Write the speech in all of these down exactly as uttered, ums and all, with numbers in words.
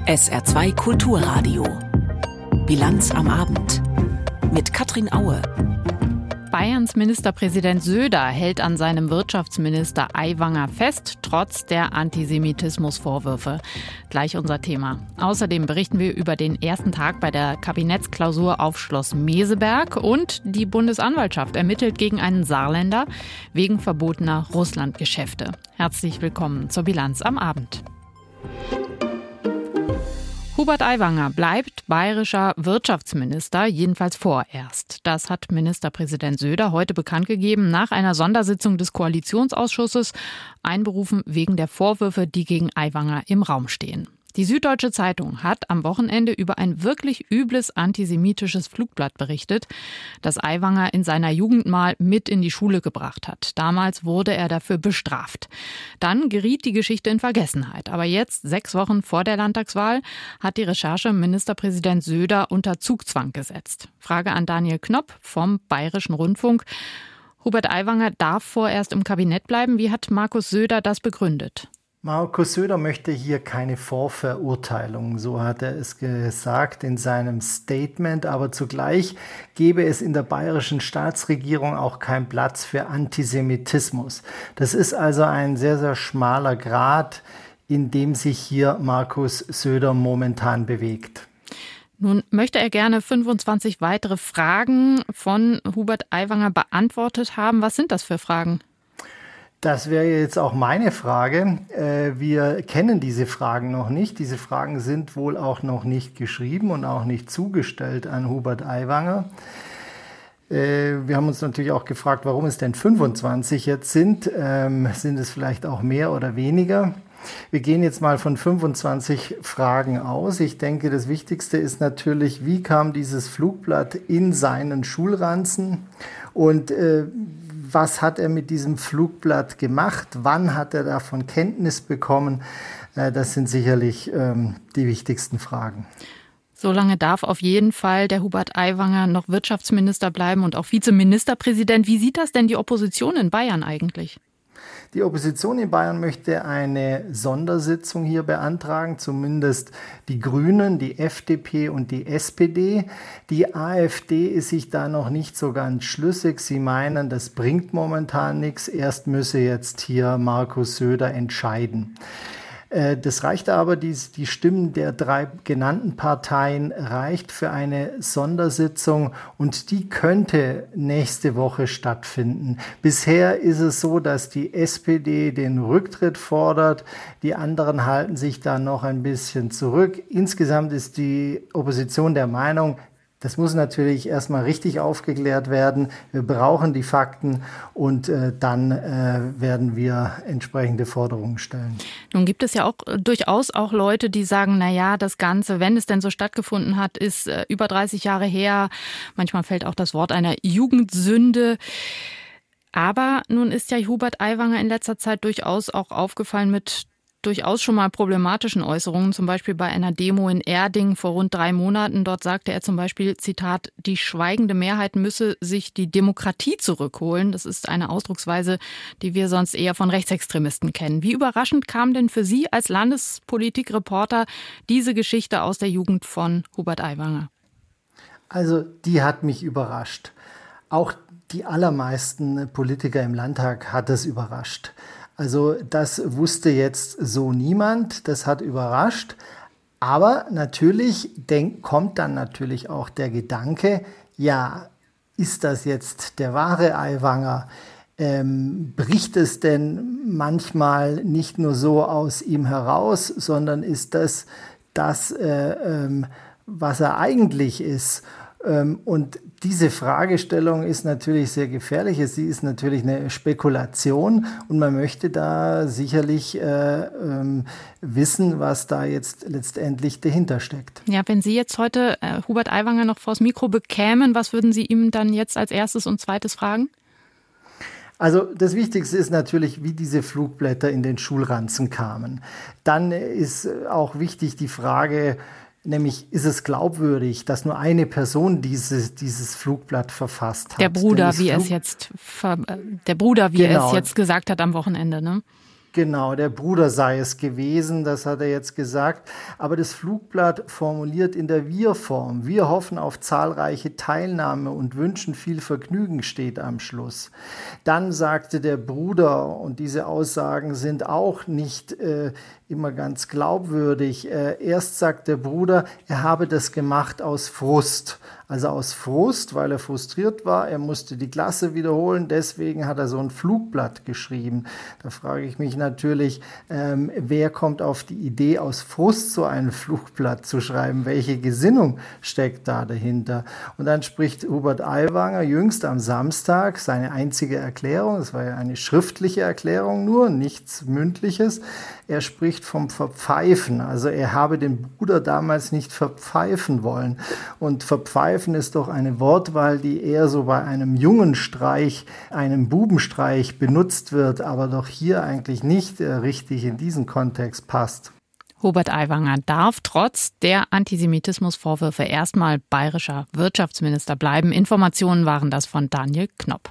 S R zwei Kulturradio. Bilanz am Abend. Mit Katrin Aue. Bayerns Ministerpräsident Söder hält an seinem Wirtschaftsminister Aiwanger fest, trotz der Antisemitismusvorwürfe. Gleich unser Thema. Außerdem berichten wir über den ersten Tag bei der Kabinettsklausur auf Schloss Meseberg und die Bundesanwaltschaft ermittelt gegen einen Saarländer wegen verbotener Russlandgeschäfte. Herzlich willkommen zur Bilanz am Abend. Hubert Aiwanger bleibt bayerischer Wirtschaftsminister, jedenfalls vorerst. Das hat Ministerpräsident Söder heute bekannt gegeben nach einer Sondersitzung des Koalitionsausschusses, einberufen wegen der Vorwürfe, die gegen Aiwanger im Raum stehen. Die Süddeutsche Zeitung hat am Wochenende über ein wirklich übles antisemitisches Flugblatt berichtet, das Aiwanger in seiner Jugend mal mit in die Schule gebracht hat. Damals wurde er dafür bestraft. Dann geriet die Geschichte in Vergessenheit. Aber jetzt, sechs Wochen vor der Landtagswahl, hat die Recherche Ministerpräsident Söder unter Zugzwang gesetzt. Frage an Daniel Knopp vom Bayerischen Rundfunk. Hubert Aiwanger darf vorerst im Kabinett bleiben. Wie hat Markus Söder das begründet? Markus Söder möchte hier keine Vorverurteilung, so hat er es gesagt in seinem Statement, aber zugleich gebe es in der bayerischen Staatsregierung auch keinen Platz für Antisemitismus. Das ist also ein sehr, sehr schmaler Grat, in dem sich hier Markus Söder momentan bewegt. Nun möchte er gerne fünfundzwanzig weitere Fragen von Hubert Aiwanger beantwortet haben. Was sind das für Fragen? Das wäre jetzt auch meine Frage. Wir kennen diese Fragen noch nicht. Diese Fragen sind wohl auch noch nicht geschrieben und auch nicht zugestellt an Hubert Aiwanger. Wir haben uns natürlich auch gefragt, warum es denn fünfundzwanzig jetzt sind. Sind es vielleicht auch mehr oder weniger? Wir gehen jetzt mal von fünfundzwanzig Fragen aus. Ich denke, das Wichtigste ist natürlich, wie kam dieses Flugblatt in seinen Schulranzen und äh, was hat er mit diesem Flugblatt gemacht? Wann hat er davon Kenntnis bekommen? Äh, das sind sicherlich ähm, die wichtigsten Fragen. Solange darf auf jeden Fall der Hubert Aiwanger noch Wirtschaftsminister bleiben und auch Vizeministerpräsident. Wie sieht das denn die Opposition in Bayern eigentlich? Die Opposition in Bayern möchte eine Sondersitzung hier beantragen, zumindest die Grünen, die F D P und die S P D. Die AfD ist sich da noch nicht so ganz schlüssig. Sie meinen, das bringt momentan nichts. Erst müsse jetzt hier Markus Söder entscheiden. Das reicht aber, die, die Stimmen der drei genannten Parteien reicht für eine Sondersitzung und die könnte nächste Woche stattfinden. Bisher ist es so, dass die S P D den Rücktritt fordert, die anderen halten sich da noch ein bisschen zurück. Insgesamt ist die Opposition der Meinung, das muss natürlich erstmal richtig aufgeklärt werden. Wir brauchen die Fakten und äh, dann äh, werden wir entsprechende Forderungen stellen. Nun gibt es ja auch äh, durchaus auch Leute, die sagen, na ja, das Ganze, wenn es denn so stattgefunden hat, ist äh, über dreißig Jahre her. Manchmal fällt auch das Wort einer Jugendsünde. Aber nun ist ja Hubert Aiwanger in letzter Zeit durchaus auch aufgefallen mit durchaus schon mal problematischen Äußerungen, zum Beispiel bei einer Demo in Erding vor rund drei Monaten. Dort sagte er zum Beispiel, Zitat, die schweigende Mehrheit müsse sich die Demokratie zurückholen. Das ist eine Ausdrucksweise, die wir sonst eher von Rechtsextremisten kennen. Wie überraschend kam denn für Sie als Landespolitikreporter diese Geschichte aus der Jugend von Hubert Aiwanger? Also die hat mich überrascht. Auch die allermeisten Politiker im Landtag hat es überrascht. Also das wusste jetzt so niemand, das hat überrascht. Aber natürlich denk, kommt dann natürlich auch der Gedanke, ja, ist das jetzt der wahre Aiwanger? Ähm, bricht es denn manchmal nicht nur so aus ihm heraus, sondern ist das das, äh, ähm, was er eigentlich ist? Ähm, und diese Fragestellung ist natürlich sehr gefährlich. Sie ist natürlich eine Spekulation und man möchte da sicherlich äh, ähm, wissen, was da jetzt letztendlich dahinter steckt. Ja, wenn Sie jetzt heute äh, Hubert Aiwanger noch vors Mikro bekämen, was würden Sie ihm dann jetzt als erstes und zweites fragen? Also das Wichtigste ist natürlich, wie diese Flugblätter in den Schulranzen kamen. Dann ist auch wichtig die Frage, nämlich ist es glaubwürdig, dass nur eine Person dieses, dieses Flugblatt verfasst hat. Der Bruder, wie Flug- es jetzt, der Bruder, wie genau. er es jetzt gesagt hat am Wochenende, ne? Genau, der Bruder sei es gewesen, das hat er jetzt gesagt. Aber das Flugblatt formuliert in der Wir-Form. Wir hoffen auf zahlreiche Teilnahme und wünschen viel Vergnügen, steht am Schluss. Dann sagte der Bruder, und diese Aussagen sind auch nicht äh, immer ganz glaubwürdig. Äh, erst sagt der Bruder, er habe das gemacht aus Frust. Also aus Frust, weil er frustriert war. Er musste die Klasse wiederholen, deswegen hat er so ein Flugblatt geschrieben. Da frage ich mich natürlich, ähm, wer kommt auf die Idee, aus Frust so ein Flugblatt zu schreiben? Welche Gesinnung steckt da dahinter? Und dann spricht Hubert Aiwanger jüngst am Samstag seine einzige Erklärung. Das war ja eine schriftliche Erklärung nur, nichts Mündliches. Er spricht vom Verpfeifen. Also er habe den Bruder damals nicht verpfeifen wollen. Und verpfeifen ist doch eine Wortwahl, die eher so bei einem jungen Streich, einem Bubenstreich benutzt wird, aber doch hier eigentlich nicht äh, richtig in diesen Kontext passt. Hubert Aiwanger darf trotz der Antisemitismusvorwürfe erstmal bayerischer Wirtschaftsminister bleiben. Informationen waren das von Daniel Knopp.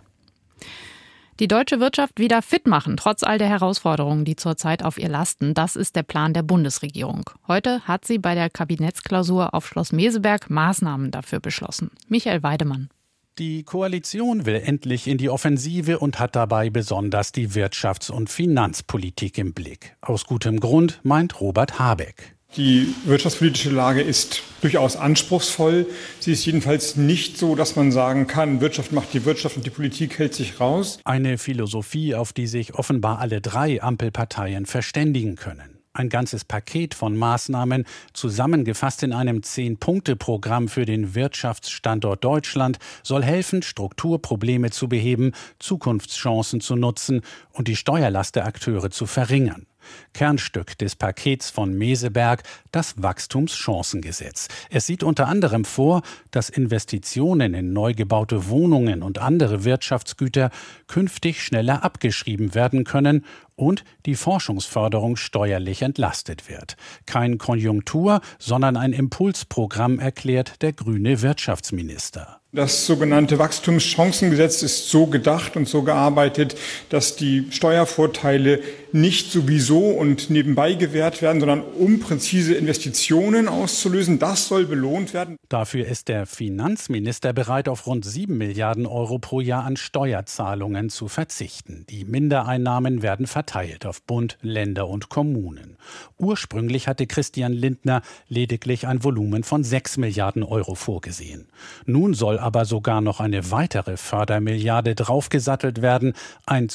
Die deutsche Wirtschaft wieder fit machen, trotz all der Herausforderungen, die zurzeit auf ihr lasten. Das ist der Plan der Bundesregierung. Heute hat sie bei der Kabinettsklausur auf Schloss Meseberg Maßnahmen dafür beschlossen. Michael Weidemann. Die Koalition will endlich in die Offensive und hat dabei besonders die Wirtschafts- und Finanzpolitik im Blick. Aus gutem Grund, meint Robert Habeck. Die wirtschaftspolitische Lage ist durchaus anspruchsvoll. Sie ist jedenfalls nicht so, dass man sagen kann, Wirtschaft macht die Wirtschaft und die Politik hält sich raus. Eine Philosophie, auf die sich offenbar alle drei Ampelparteien verständigen können. Ein ganzes Paket von Maßnahmen, zusammengefasst in einem Zehn-Punkte-Programm für den Wirtschaftsstandort Deutschland, soll helfen, Strukturprobleme zu beheben, Zukunftschancen zu nutzen und die Steuerlast der Akteure zu verringern. Kernstück des Pakets von Meseberg, das Wachstumschancengesetz. Es sieht unter anderem vor, dass Investitionen in neu gebaute Wohnungen und andere Wirtschaftsgüter künftig schneller abgeschrieben werden können und die Forschungsförderung steuerlich entlastet wird. Kein Konjunktur, sondern ein Impulsprogramm, erklärt der grüne Wirtschaftsminister. Das sogenannte Wachstumschancengesetz ist so gedacht und so gearbeitet, dass die Steuervorteile nicht sowieso und nebenbei gewährt werden, sondern um präzise Investitionen auszulösen. Das soll belohnt werden. Dafür ist der Finanzminister bereit, auf rund sieben Milliarden Euro pro Jahr an Steuerzahlungen zu verzichten. Die Mindereinnahmen werden verteilt auf Bund, Länder und Kommunen. Ursprünglich hatte Christian Lindner lediglich ein Volumen von sechs Milliarden Euro vorgesehen. Nun soll aber sogar noch eine weitere Fördermilliarde draufgesattelt werden. Ein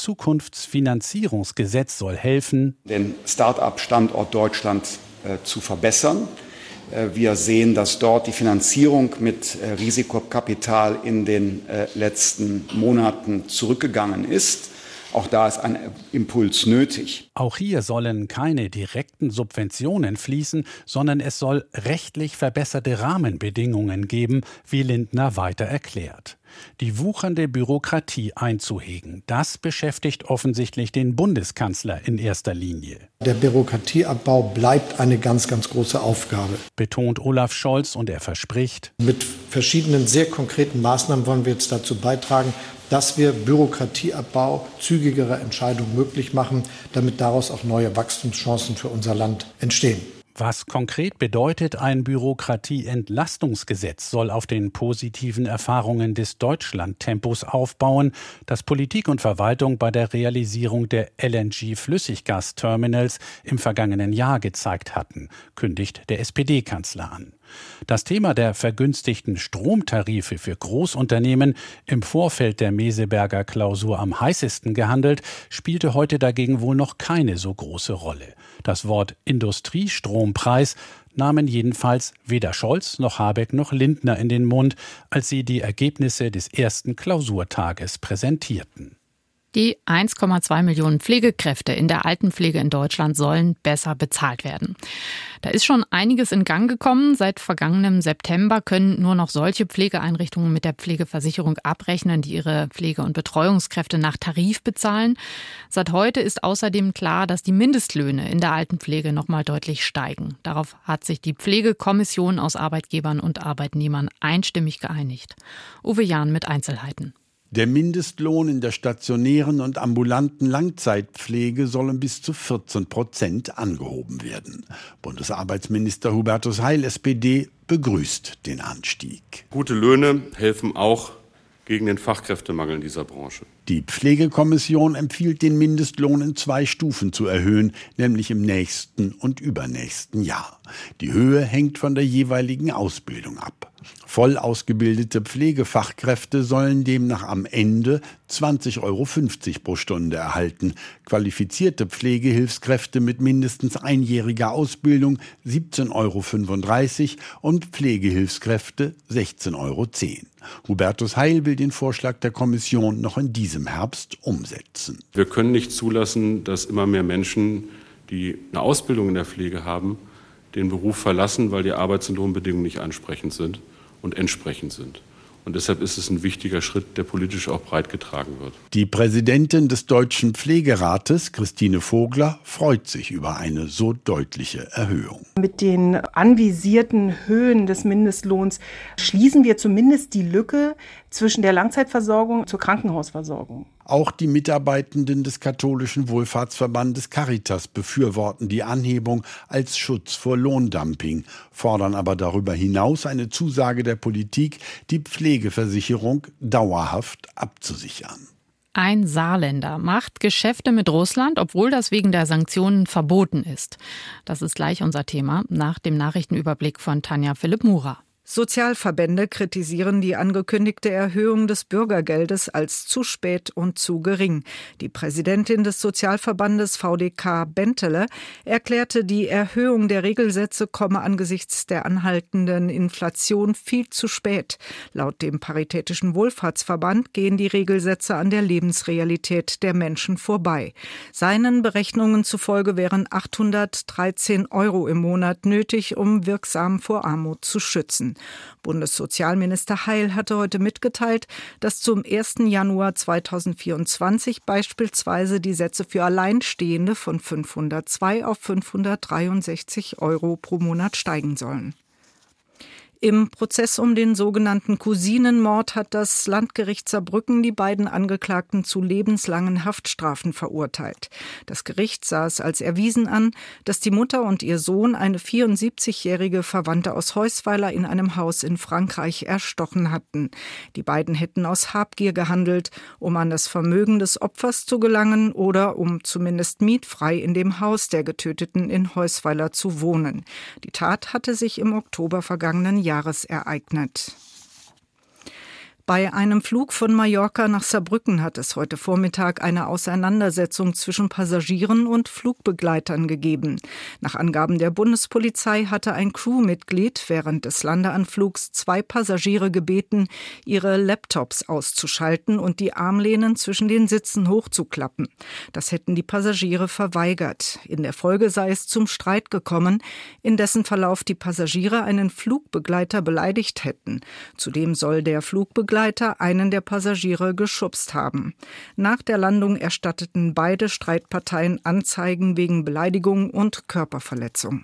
Zukunftsfinanzierungsgesetz soll helfen, den Start-up-Standort Deutschland äh, zu verbessern. Äh, wir sehen, dass dort die Finanzierung mit äh, Risikokapital in den äh, letzten Monaten zurückgegangen ist. Auch da ist ein Impuls nötig. Auch hier sollen keine direkten Subventionen fließen, sondern es soll rechtlich verbesserte Rahmenbedingungen geben, wie Lindner weiter erklärt. Die wuchernde Bürokratie einzuhegen, das beschäftigt offensichtlich den Bundeskanzler in erster Linie. Der Bürokratieabbau bleibt eine ganz, ganz große Aufgabe, betont Olaf Scholz, und er verspricht, mit verschiedenen sehr konkreten Maßnahmen wollen wir jetzt dazu beitragen, dass wir Bürokratieabbau, zügigere Entscheidungen möglich machen, damit daraus auch neue Wachstumschancen für unser Land entstehen. Was konkret bedeutet, ein Bürokratieentlastungsgesetz soll auf den positiven Erfahrungen des Deutschlandtempos aufbauen, das Politik und Verwaltung bei der Realisierung der L N G-Flüssiggasterminals im vergangenen Jahr gezeigt hatten, kündigt der S P D-Kanzler an. Das Thema der vergünstigten Stromtarife für Großunternehmen, im Vorfeld der Meseberger Klausur am heißesten gehandelt, spielte heute dagegen wohl noch keine so große Rolle. Das Wort Industriestrompreis nahmen jedenfalls weder Scholz noch Habeck noch Lindner in den Mund, als sie die Ergebnisse des ersten Klausurtages präsentierten. Die eins Komma zwei Millionen Pflegekräfte in der Altenpflege in Deutschland sollen besser bezahlt werden. Da ist schon einiges in Gang gekommen. Seit vergangenem September können nur noch solche Pflegeeinrichtungen mit der Pflegeversicherung abrechnen, die ihre Pflege- und Betreuungskräfte nach Tarif bezahlen. Seit heute ist außerdem klar, dass die Mindestlöhne in der Altenpflege noch mal deutlich steigen. Darauf hat sich die Pflegekommission aus Arbeitgebern und Arbeitnehmern einstimmig geeinigt. Uwe Jahn mit Einzelheiten. Der Mindestlohn in der stationären und ambulanten Langzeitpflege soll um bis zu vierzehn Prozent angehoben werden. Bundesarbeitsminister Hubertus Heil, S P D, begrüßt den Anstieg. Gute Löhne helfen auch gegen den Fachkräftemangel in dieser Branche. Die Pflegekommission empfiehlt, den Mindestlohn in zwei Stufen zu erhöhen, nämlich im nächsten und übernächsten Jahr. Die Höhe hängt von der jeweiligen Ausbildung ab. Voll ausgebildete Pflegefachkräfte sollen demnach am Ende zwanzig Euro fünfzig pro Stunde erhalten. Qualifizierte Pflegehilfskräfte mit mindestens einjähriger Ausbildung siebzehn Euro fünfunddreißig und Pflegehilfskräfte sechzehn Euro zehn. Hubertus Heil will den Vorschlag der Kommission noch in diesem Herbst umsetzen. Wir können nicht zulassen, dass immer mehr Menschen, die eine Ausbildung in der Pflege haben, den Beruf verlassen, weil die Arbeits- und Lohnbedingungen nicht ansprechend sind und entsprechend sind. Und deshalb ist es ein wichtiger Schritt, der politisch auch breit getragen wird. Die Präsidentin des Deutschen Pflegerates, Christine Vogler, freut sich über eine so deutliche Erhöhung. Mit den anvisierten Höhen des Mindestlohns schließen wir zumindest die Lücke zwischen der Langzeitversorgung zur Krankenhausversorgung. Auch die Mitarbeitenden des katholischen Wohlfahrtsverbandes Caritas befürworten die Anhebung als Schutz vor Lohndumping, fordern aber darüber hinaus eine Zusage der Politik, die Pflegeversicherung dauerhaft abzusichern. Ein Saarländer macht Geschäfte mit Russland, obwohl das wegen der Sanktionen verboten ist. Das ist gleich unser Thema nach dem Nachrichtenüberblick von Tanja Philipp-Murer. Sozialverbände kritisieren die angekündigte Erhöhung des Bürgergeldes als zu spät und zu gering. Die Präsidentin des Sozialverbandes V D K Bentele erklärte, die Erhöhung der Regelsätze komme angesichts der anhaltenden Inflation viel zu spät. Laut dem Paritätischen Wohlfahrtsverband gehen die Regelsätze an der Lebensrealität der Menschen vorbei. Seinen Berechnungen zufolge wären achthundertdreizehn Euro im Monat nötig, um wirksam vor Armut zu schützen. Bundessozialminister Heil hatte heute mitgeteilt, dass zum ersten Januar zweitausendvierundzwanzig beispielsweise die Sätze für Alleinstehende von fünfhundertzwei auf fünfhundertdreiundsechzig Euro pro Monat steigen sollen. Im Prozess um den sogenannten Cousinenmord hat das Landgericht Saarbrücken die beiden Angeklagten zu lebenslangen Haftstrafen verurteilt. Das Gericht sah es als erwiesen an, dass die Mutter und ihr Sohn eine vierundsiebzigjährige Verwandte aus Heusweiler in einem Haus in Frankreich erstochen hatten. Die beiden hätten aus Habgier gehandelt, um an das Vermögen des Opfers zu gelangen oder um zumindest mietfrei in dem Haus der Getöteten in Heusweiler zu wohnen. Die Tat hatte sich im Oktober vergangenen Jahres Jahres ereignet. Bei einem Flug von Mallorca nach Saarbrücken hat es heute Vormittag eine Auseinandersetzung zwischen Passagieren und Flugbegleitern gegeben. Nach Angaben der Bundespolizei hatte ein Crewmitglied während des Landeanflugs zwei Passagiere gebeten, ihre Laptops auszuschalten und die Armlehnen zwischen den Sitzen hochzuklappen. Das hätten die Passagiere verweigert. In der Folge sei es zum Streit gekommen, in dessen Verlauf die Passagiere einen Flugbegleiter beleidigt hätten. Zudem soll der Flugbegleiter einen der Passagiere geschubst haben. Nach der Landung erstatteten beide Streitparteien Anzeigen wegen Beleidigung und Körperverletzung.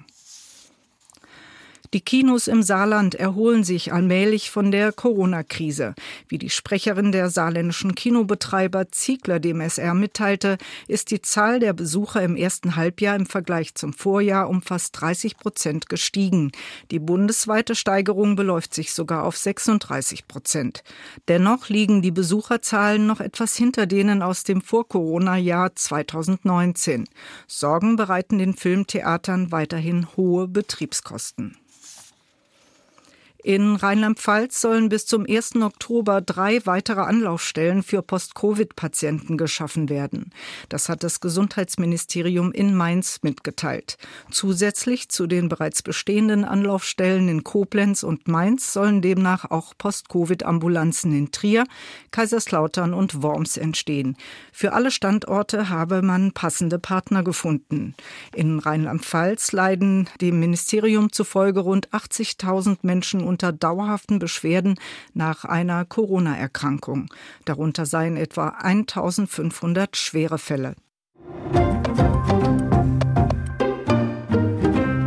Die Kinos im Saarland erholen sich allmählich von der Corona-Krise. Wie die Sprecherin der saarländischen Kinobetreiber Ziegler dem S R mitteilte, ist die Zahl der Besucher im ersten Halbjahr im Vergleich zum Vorjahr um fast dreißig Prozent gestiegen. Die bundesweite Steigerung beläuft sich sogar auf sechsunddreißig Prozent. Dennoch liegen die Besucherzahlen noch etwas hinter denen aus dem Vor-Corona-Jahr zweitausendneunzehn. Sorgen bereiten den Filmtheatern weiterhin hohe Betriebskosten. In Rheinland-Pfalz sollen bis zum ersten Oktober drei weitere Anlaufstellen für Post-Covid-Patienten geschaffen werden. Das hat das Gesundheitsministerium in Mainz mitgeteilt. Zusätzlich zu den bereits bestehenden Anlaufstellen in Koblenz und Mainz sollen demnach auch Post-Covid-Ambulanzen in Trier, Kaiserslautern und Worms entstehen. Für alle Standorte habe man passende Partner gefunden. In Rheinland-Pfalz leiden dem Ministerium zufolge rund achtzigtausend Menschen unter unter dauerhaften Beschwerden nach einer Corona-Erkrankung. Darunter seien etwa eintausendfünfhundert schwere Fälle.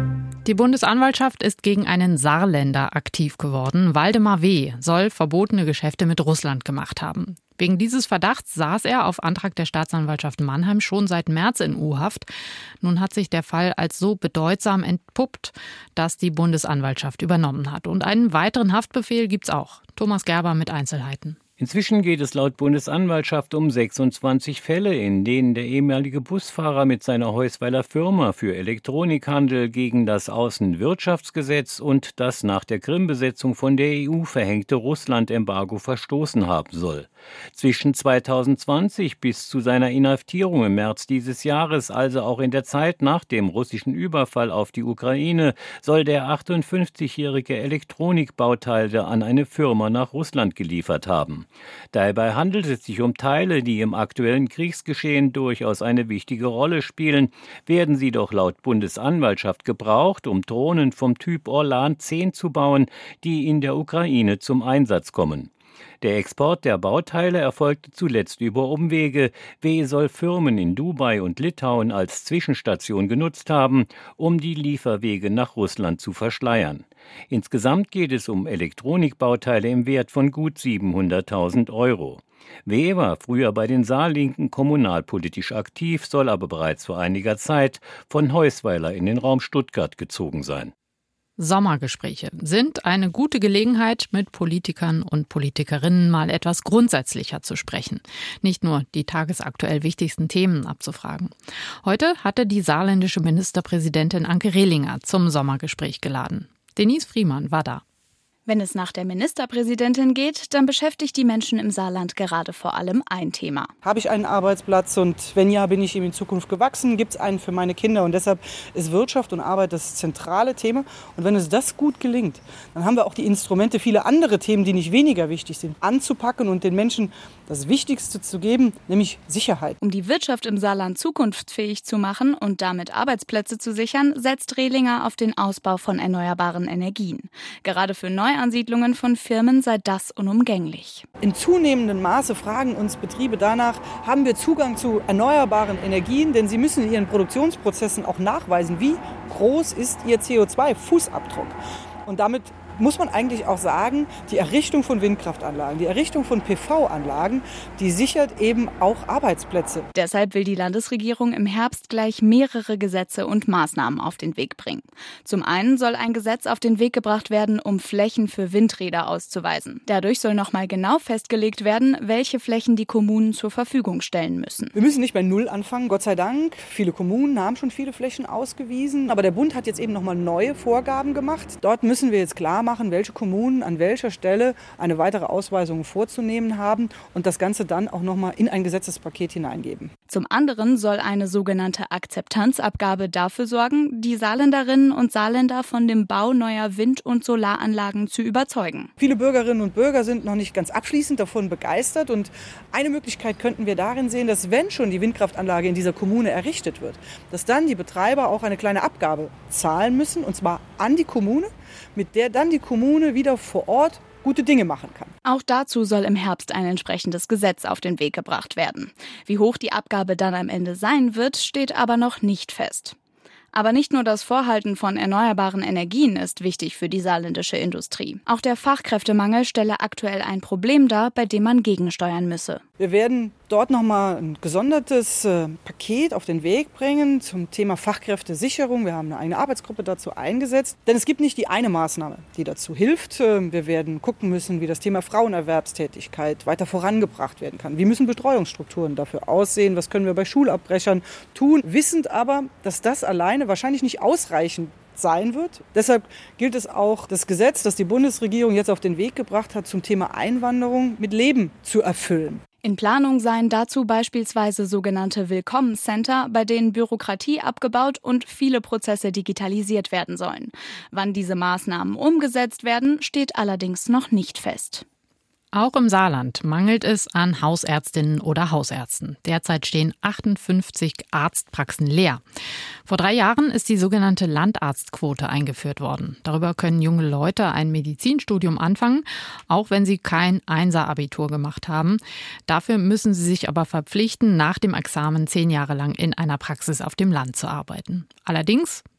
Die Bundesanwaltschaft ist gegen einen Saarländer aktiv geworden. Waldemar W. soll verbotene Geschäfte mit Russland gemacht haben. Wegen dieses Verdachts saß er auf Antrag der Staatsanwaltschaft Mannheim schon seit März in U-Haft. Nun hat sich der Fall als so bedeutsam entpuppt, dass die Bundesanwaltschaft übernommen hat. Und einen weiteren Haftbefehl gibt's auch. Thomas Gerber mit Einzelheiten. Inzwischen geht es laut Bundesanwaltschaft um sechsundzwanzig Fälle, in denen der ehemalige Busfahrer mit seiner Heusweiler Firma für Elektronikhandel gegen das Außenwirtschaftsgesetz und das nach der Krim-Besetzung von der E U verhängte Russland-Embargo verstoßen haben soll. Zwischen zweitausendzwanzig bis zu seiner Inhaftierung im März dieses Jahres, also auch in der Zeit nach dem russischen Überfall auf die Ukraine, soll der achtundfünfzigjährige Elektronikbauteile an eine Firma nach Russland geliefert haben. Dabei handelt es sich um Teile, die im aktuellen Kriegsgeschehen durchaus eine wichtige Rolle spielen, werden sie doch laut Bundesanwaltschaft gebraucht, um Drohnen vom Typ Orlan zehn zu bauen, die in der Ukraine zum Einsatz kommen. Der Export der Bauteile erfolgte zuletzt über Umwege. W. soll Firmen in Dubai und Litauen als Zwischenstation genutzt haben, um die Lieferwege nach Russland zu verschleiern. Insgesamt geht es um Elektronikbauteile im Wert von gut siebenhunderttausend Euro. W. war früher bei den Saarlinken kommunalpolitisch aktiv, soll aber bereits vor einiger Zeit von Heusweiler in den Raum Stuttgart gezogen sein. Sommergespräche sind eine gute Gelegenheit, mit Politikern und Politikerinnen mal etwas grundsätzlicher zu sprechen. Nicht nur die tagesaktuell wichtigsten Themen abzufragen. Heute hatte die saarländische Ministerpräsidentin Anke Rehlinger zum Sommergespräch geladen. Denise Friemann war da. Wenn es nach der Ministerpräsidentin geht, dann beschäftigt die Menschen im Saarland gerade vor allem ein Thema. Habe ich einen Arbeitsplatz und wenn ja, bin ich ihm in Zukunft gewachsen? Gibt es einen für meine Kinder? Und deshalb ist Wirtschaft und Arbeit das zentrale Thema. Und wenn es das gut gelingt, dann haben wir auch die Instrumente, viele andere Themen, die nicht weniger wichtig sind, anzupacken und den Menschen das Wichtigste zu geben, nämlich Sicherheit. Um die Wirtschaft im Saarland zukunftsfähig zu machen und damit Arbeitsplätze zu sichern, setzt Rehlinger auf den Ausbau von erneuerbaren Energien. Gerade für Neuansiedlungen von Firmen sei das unumgänglich. In zunehmendem Maße fragen uns Betriebe danach, haben wir Zugang zu erneuerbaren Energien, denn sie müssen in ihren Produktionsprozessen auch nachweisen, wie groß ist ihr C O zwei Fußabdruck. Und damit muss man eigentlich auch sagen, die Errichtung von Windkraftanlagen, die Errichtung von P V-Anlagen, die sichert eben auch Arbeitsplätze. Deshalb will die Landesregierung im Herbst gleich mehrere Gesetze und Maßnahmen auf den Weg bringen. Zum einen soll ein Gesetz auf den Weg gebracht werden, um Flächen für Windräder auszuweisen. Dadurch soll nochmal genau festgelegt werden, welche Flächen die Kommunen zur Verfügung stellen müssen. Wir müssen nicht bei Null anfangen, Gott sei Dank. Viele Kommunen haben schon viele Flächen ausgewiesen, aber der Bund hat jetzt eben nochmal neue Vorgaben gemacht. Dort müssen wir jetzt klar machen, machen, welche Kommunen an welcher Stelle eine weitere Ausweisung vorzunehmen haben und das Ganze dann auch nochmal in ein Gesetzespaket hineingeben. Zum anderen soll eine sogenannte Akzeptanzabgabe dafür sorgen, die Saarländerinnen und Saarländer von dem Bau neuer Wind- und Solaranlagen zu überzeugen. Viele Bürgerinnen und Bürger sind noch nicht ganz abschließend davon begeistert und eine Möglichkeit könnten wir darin sehen, dass wenn schon die Windkraftanlage in dieser Kommune errichtet wird, dass dann die Betreiber auch eine kleine Abgabe zahlen müssen, und zwar an die Kommune, mit der dann die Kommune wieder vor Ort gute Dinge machen kann. Auch dazu soll im Herbst ein entsprechendes Gesetz auf den Weg gebracht werden. Wie hoch die Abgabe dann am Ende sein wird, steht aber noch nicht fest. Aber nicht nur das Vorhalten von erneuerbaren Energien ist wichtig für die saarländische Industrie. Auch der Fachkräftemangel stelle aktuell ein Problem dar, bei dem man gegensteuern müsse. Wir werden dort nochmal ein gesondertes äh, Paket auf den Weg bringen zum Thema Fachkräftesicherung. Wir haben eine eigene Arbeitsgruppe dazu eingesetzt. Denn es gibt nicht die eine Maßnahme, die dazu hilft. Wir werden gucken müssen, wie das Thema Frauenerwerbstätigkeit weiter vorangebracht werden kann. Wie müssen Betreuungsstrukturen dafür aussehen? Was können wir bei Schulabbrechern tun? Wissend aber, dass das alleine wahrscheinlich nicht ausreichend sein wird. Deshalb gilt es auch, das Gesetz, das die Bundesregierung jetzt auf den Weg gebracht hat, zum Thema Einwanderung mit Leben zu erfüllen. In Planung seien dazu beispielsweise sogenannte Willkommenscenter, bei denen Bürokratie abgebaut und viele Prozesse digitalisiert werden sollen. Wann diese Maßnahmen umgesetzt werden, steht allerdings noch nicht fest. Auch im Saarland mangelt es an Hausärztinnen oder Hausärzten. Derzeit stehen achtundfünfzig Arztpraxen leer. Vor drei Jahren ist die sogenannte Landarztquote eingeführt worden. Darüber können junge Leute ein Medizinstudium anfangen, auch wenn sie kein Einser-Abitur gemacht haben. Dafür müssen sie sich aber verpflichten, nach dem Examen zehn Jahre lang in einer Praxis auf dem Land zu arbeiten. Allerdings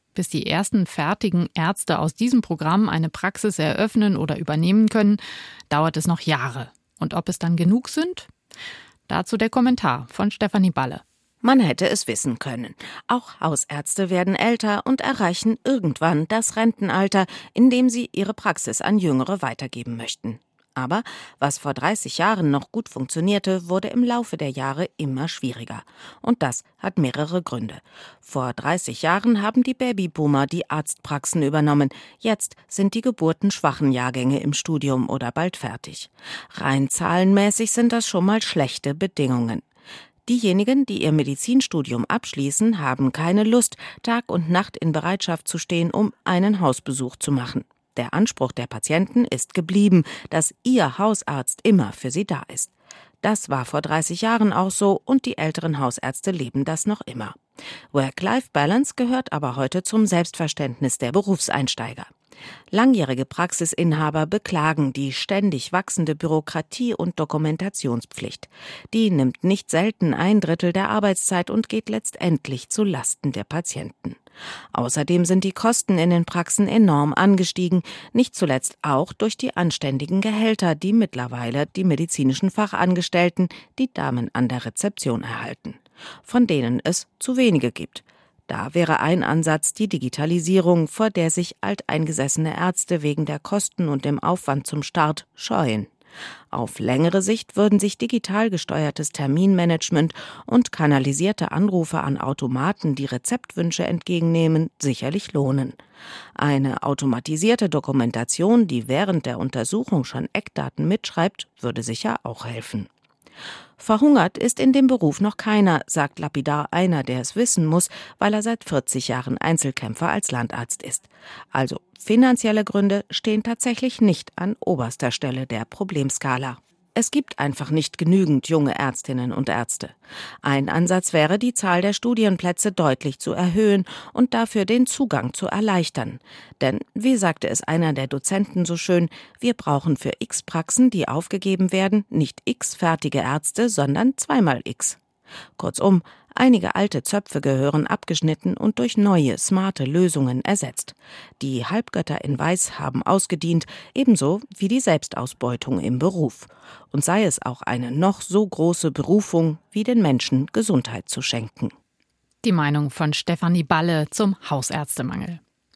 Bis die ersten fertigen Ärzte aus diesem Programm eine Praxis eröffnen oder übernehmen können, dauert es noch Jahre. Und ob es dann genug sind? Dazu der Kommentar von Stefanie Balle. Man hätte es wissen können. Auch Hausärzte werden älter und erreichen irgendwann das Rentenalter, in dem sie ihre Praxis an Jüngere weitergeben möchten. Aber was vor dreißig Jahren noch gut funktionierte, wurde im Laufe der Jahre immer schwieriger. Und das hat mehrere Gründe. Vor dreißig Jahren haben die Babyboomer die Arztpraxen übernommen. Jetzt sind die geburtenschwachen Jahrgänge im Studium oder bald fertig. Rein zahlenmäßig sind das schon mal schlechte Bedingungen. Diejenigen, die ihr Medizinstudium abschließen, haben keine Lust, Tag und Nacht in Bereitschaft zu stehen, um einen Hausbesuch zu machen. Der Anspruch der Patienten ist geblieben, dass ihr Hausarzt immer für sie da ist. Das war vor dreißig Jahren auch so und die älteren Hausärzte leben das noch immer. Work-Life-Balance gehört aber heute zum Selbstverständnis der Berufseinsteiger. Langjährige Praxisinhaber beklagen die ständig wachsende Bürokratie und Dokumentationspflicht. Die nimmt nicht selten ein Drittel der Arbeitszeit und geht letztendlich zu Lasten der Patienten. Außerdem sind die Kosten in den Praxen enorm angestiegen, nicht zuletzt auch durch die anständigen Gehälter, die mittlerweile die medizinischen Fachangestellten, die Damen an der Rezeption erhalten, von denen es zu wenige gibt. Da wäre ein Ansatz die Digitalisierung, vor der sich alteingesessene Ärzte wegen der Kosten und dem Aufwand zum Start scheuen. Auf längere Sicht würden sich digital gesteuertes Terminmanagement und kanalisierte Anrufe an Automaten, die Rezeptwünsche entgegennehmen, sicherlich lohnen. Eine automatisierte Dokumentation, die während der Untersuchung schon Eckdaten mitschreibt, würde sicher auch helfen. Verhungert ist in dem Beruf noch keiner, sagt lapidar einer, der es wissen muss, weil er seit vierzig Jahren Einzelkämpfer als Landarzt ist. Also finanzielle Gründe stehen tatsächlich nicht an oberster Stelle der Problemskala. Es gibt einfach nicht genügend junge Ärztinnen und Ärzte. Ein Ansatz wäre, die Zahl der Studienplätze deutlich zu erhöhen und dafür den Zugang zu erleichtern. Denn, wie sagte es einer der Dozenten so schön, wir brauchen für X Praxen, die aufgegeben werden, nicht X fertige Ärzte, sondern zweimal X. Kurzum, einige alte Zöpfe gehören abgeschnitten und durch neue, smarte Lösungen ersetzt. Die Halbgötter in Weiß haben ausgedient, ebenso wie die Selbstausbeutung im Beruf. Und sei es auch eine noch so große Berufung, wie den Menschen Gesundheit zu schenken. Die Meinung von Stefanie Balle zum Hausärztemangel.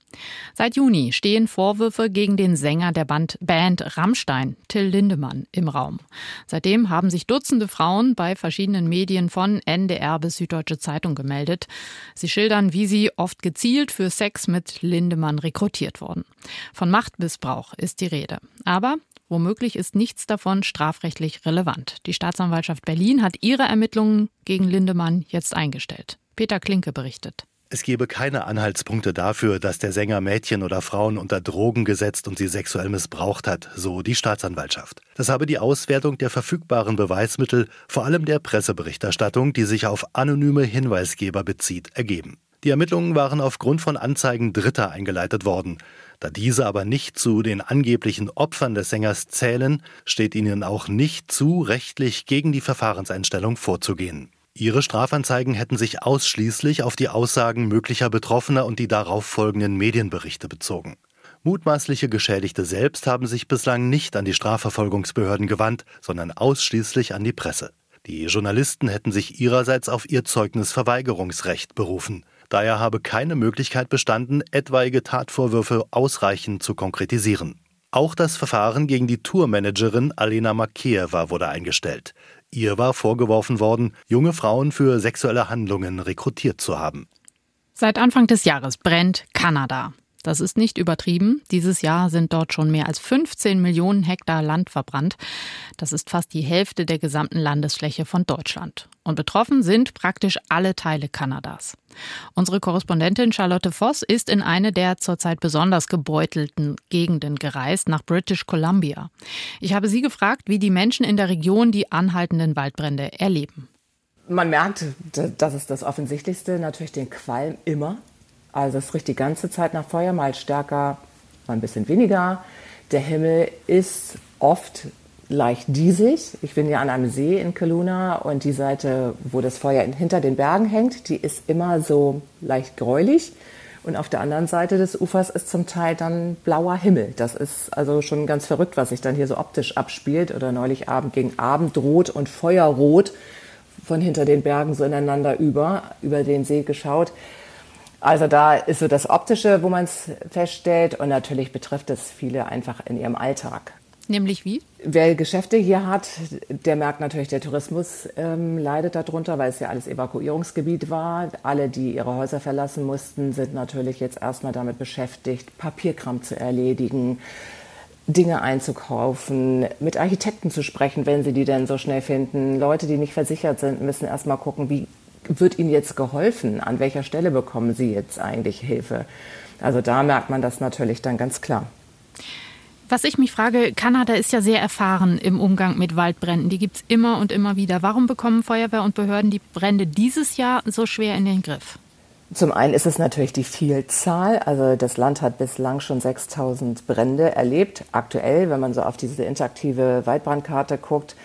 Seit Juni stehen Vorwürfe gegen den Sänger der Band, Band Rammstein, Till Lindemann, im Raum. Seitdem haben sich Dutzende Frauen bei verschiedenen Medien von N D R bis Süddeutsche Zeitung gemeldet. Sie schildern, wie sie oft gezielt für Sex mit Lindemann rekrutiert wurden. Von Machtmissbrauch ist die Rede. Aber womöglich ist nichts davon strafrechtlich relevant. Die Staatsanwaltschaft Berlin hat ihre Ermittlungen gegen Lindemann jetzt eingestellt. Peter Klinke berichtet. Es gebe keine Anhaltspunkte dafür, dass der Sänger Mädchen oder Frauen unter Drogen gesetzt und sie sexuell missbraucht hat, so die Staatsanwaltschaft. Das habe die Auswertung der verfügbaren Beweismittel, vor allem der Presseberichterstattung, die sich auf anonyme Hinweisgeber bezieht, ergeben. Die Ermittlungen waren aufgrund von Anzeigen Dritter eingeleitet worden. Da diese aber nicht zu den angeblichen Opfern des Sängers zählen, steht ihnen auch nicht zu, rechtlich gegen die Verfahrenseinstellung vorzugehen. Ihre Strafanzeigen hätten sich ausschließlich auf die Aussagen möglicher Betroffener und die darauf folgenden Medienberichte bezogen. Mutmaßliche Geschädigte selbst haben sich bislang nicht an die Strafverfolgungsbehörden gewandt, sondern ausschließlich an die Presse. Die Journalisten hätten sich ihrerseits auf ihr Zeugnisverweigerungsrecht berufen. Daher habe keine Möglichkeit bestanden, etwaige Tatvorwürfe ausreichend zu konkretisieren. Auch das Verfahren gegen die Tourmanagerin Alena Makeeva wurde eingestellt. Ihr war vorgeworfen worden, junge Frauen für sexuelle Handlungen rekrutiert zu haben. Seit Anfang des Jahres brennt Kanada. Das ist nicht übertrieben. Dieses Jahr sind dort schon mehr als fünfzehn Millionen Hektar Land verbrannt. Das ist fast die Hälfte der gesamten Landesfläche von Deutschland. Und betroffen sind praktisch alle Teile Kanadas. Unsere Korrespondentin Charlotte Voss ist in eine der zurzeit besonders gebeutelten Gegenden gereist, nach British Columbia. Ich habe sie gefragt, wie die Menschen in der Region die anhaltenden Waldbrände erleben. Man merkt, das ist das Offensichtlichste, natürlich den Qualm immer. Also es riecht die ganze Zeit nach Feuer, mal stärker, mal ein bisschen weniger. Der Himmel ist oft leicht diesig. Ich bin ja an einem See in Kelowna und die Seite, wo das Feuer hinter den Bergen hängt, die ist immer so leicht gräulich. Und auf der anderen Seite des Ufers ist zum Teil dann blauer Himmel. Das ist also schon ganz verrückt, was sich dann hier so optisch abspielt. Oder neulich Abend gegen Abendrot und Feuerrot von hinter den Bergen so ineinander über, über den See geschaut. Also da ist so das Optische, wo man es feststellt. Und natürlich betrifft es viele einfach in ihrem Alltag. Nämlich wie? Wer Geschäfte hier hat, der merkt natürlich, der Tourismus ähm, leidet darunter, weil es ja alles Evakuierungsgebiet war. Alle, die ihre Häuser verlassen mussten, sind natürlich jetzt erstmal damit beschäftigt, Papierkram zu erledigen, Dinge einzukaufen, mit Architekten zu sprechen, wenn sie die denn so schnell finden. Leute, die nicht versichert sind, müssen erstmal gucken, wie wird ihnen jetzt geholfen? An welcher Stelle bekommen sie jetzt eigentlich Hilfe? Also da merkt man das natürlich dann ganz klar. Was ich mich frage, Kanada ist ja sehr erfahren im Umgang mit Waldbränden. Die gibt es immer und immer wieder. Warum bekommen Feuerwehr und Behörden die Brände dieses Jahr so schwer in den Griff? Zum einen ist es natürlich die Vielzahl. Also das Land hat bislang schon sechstausend Brände erlebt. Aktuell, wenn man so auf diese interaktive Waldbrandkarte guckt,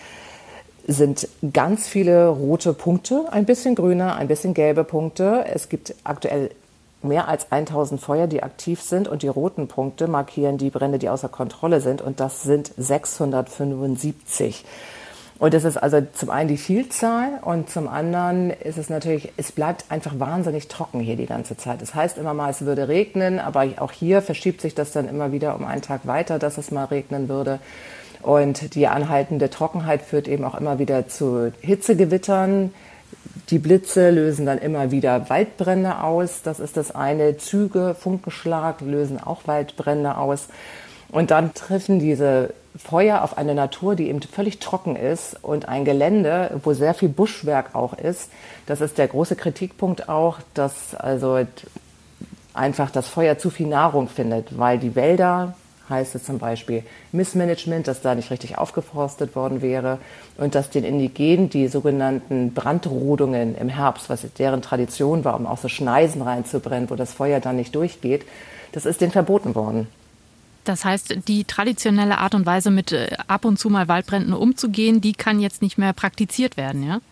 sind ganz viele rote Punkte, ein bisschen grüne, ein bisschen gelbe Punkte. Es gibt aktuell mehr als tausend Feuer, die aktiv sind, und die roten Punkte markieren die Brände, die außer Kontrolle sind, und das sind sechshundertfünfundsiebzig. Und das ist also zum einen die Vielzahl und zum anderen ist es natürlich, es bleibt einfach wahnsinnig trocken hier die ganze Zeit. Das heißt immer mal, es würde regnen, aber auch hier verschiebt sich das dann immer wieder um einen Tag weiter, dass es mal regnen würde. Und die anhaltende Trockenheit führt eben auch immer wieder zu Hitzegewittern. Die Blitze lösen dann immer wieder Waldbrände aus. Das ist das eine. Züge, Funkenschlag lösen auch Waldbrände aus. Und dann treffen diese Feuer auf eine Natur, die eben völlig trocken ist, und ein Gelände, wo sehr viel Buschwerk auch ist. Das ist der große Kritikpunkt auch, dass also einfach das Feuer zu viel Nahrung findet, weil die Wälder, heißt es zum Beispiel Missmanagement, dass da nicht richtig aufgeforstet worden wäre und dass den Indigenen die sogenannten Brandrodungen im Herbst, was deren Tradition war, um auch so Schneisen reinzubrennen, wo das Feuer dann nicht durchgeht, das ist denen verboten worden. Das heißt, die traditionelle Art und Weise, mit ab und zu mal Waldbränden umzugehen, die kann jetzt nicht mehr praktiziert werden, ja?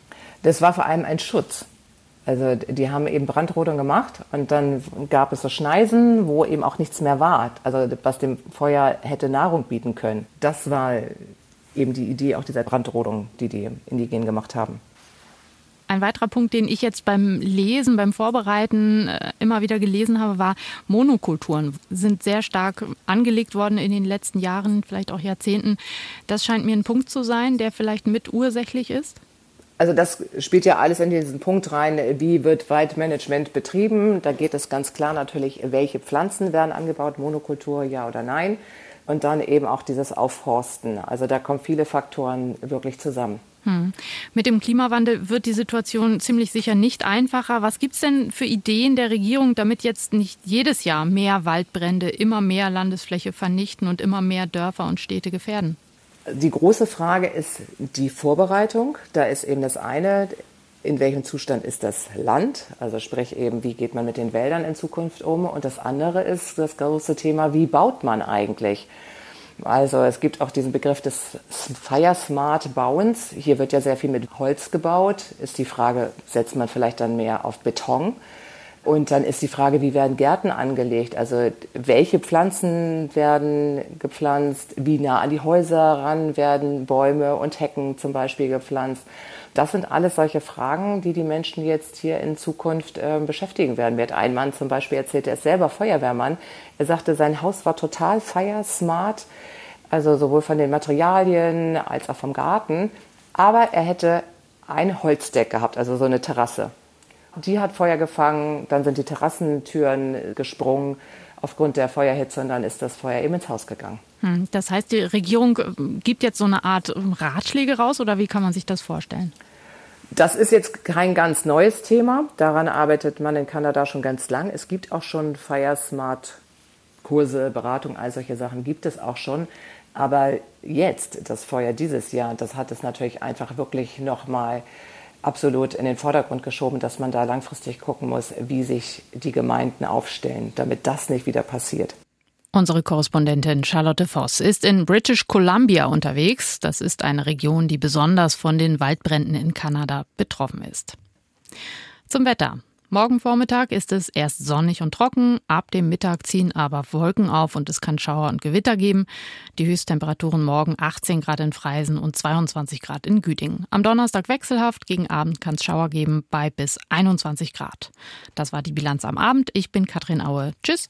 Das war vor allem ein Schutz. Also die haben eben Brandrodung gemacht und dann gab es so Schneisen, wo eben auch nichts mehr war, also was dem Feuer hätte Nahrung bieten können. Das war eben die Idee auch dieser Brandrodung, die die Indigenen gemacht haben. Ein weiterer Punkt, den ich jetzt beim Lesen, beim Vorbereiten immer wieder gelesen habe, war, Monokulturen sind sehr stark angelegt worden in den letzten Jahren, vielleicht auch Jahrzehnten. Das scheint mir ein Punkt zu sein, der vielleicht mit ursächlich ist. Also das spielt ja alles in diesen Punkt rein, wie wird Waldmanagement betrieben. Da geht es ganz klar natürlich, welche Pflanzen werden angebaut, Monokultur, ja oder nein. Und dann eben auch dieses Aufforsten. Also da kommen viele Faktoren wirklich zusammen. Hm. Mit dem Klimawandel wird die Situation ziemlich sicher nicht einfacher. Was gibt es denn für Ideen der Regierung, damit jetzt nicht jedes Jahr mehr Waldbrände immer mehr Landesfläche vernichten und immer mehr Dörfer und Städte gefährden? Die große Frage ist die Vorbereitung. Da ist eben das eine, in welchem Zustand ist das Land? Also sprich eben, wie geht man mit den Wäldern in Zukunft um? Und das andere ist das große Thema, wie baut man eigentlich? Also es gibt auch diesen Begriff des Fire Smart Bauens. Hier wird ja sehr viel mit Holz gebaut. Ist die Frage, setzt man vielleicht dann mehr auf Beton? Und dann ist die Frage, wie werden Gärten angelegt? Also welche Pflanzen werden gepflanzt? Wie nah an die Häuser ran werden Bäume und Hecken zum Beispiel gepflanzt? Das sind alles solche Fragen, die die Menschen jetzt hier in Zukunft äh, beschäftigen werden. Mir hat ein Mann zum Beispiel erzählt, er ist selber Feuerwehrmann. Er sagte, sein Haus war total fire smart, also sowohl von den Materialien als auch vom Garten. Aber er hätte ein Holzdeck gehabt, also so eine Terrasse. Die hat Feuer gefangen, dann sind die Terrassentüren gesprungen aufgrund der Feuerhitze und dann ist das Feuer eben ins Haus gegangen. Das heißt, die Regierung gibt jetzt so eine Art Ratschläge raus oder wie kann man sich das vorstellen? Das ist jetzt kein ganz neues Thema. Daran arbeitet man in Kanada schon ganz lang. Es gibt auch schon Fire Smart Kurse, Beratung, all solche Sachen gibt es auch schon. Aber jetzt, das Feuer dieses Jahr, das hat es natürlich einfach wirklich nochmal absolut in den Vordergrund geschoben, dass man da langfristig gucken muss, wie sich die Gemeinden aufstellen, damit das nicht wieder passiert. Unsere Korrespondentin Charlotte Voss ist in British Columbia unterwegs. Das ist eine Region, die besonders von den Waldbränden in Kanada betroffen ist. Zum Wetter. Morgen Vormittag ist es erst sonnig und trocken, ab dem Mittag ziehen aber Wolken auf und es kann Schauer und Gewitter geben. Die Höchsttemperaturen morgen achtzehn Grad in Freisen und zweiundzwanzig Grad in Güdingen. Am Donnerstag wechselhaft, gegen Abend kann es Schauer geben bei bis einundzwanzig Grad. Das war die Bilanz am Abend. Ich bin Katrin Aue. Tschüss.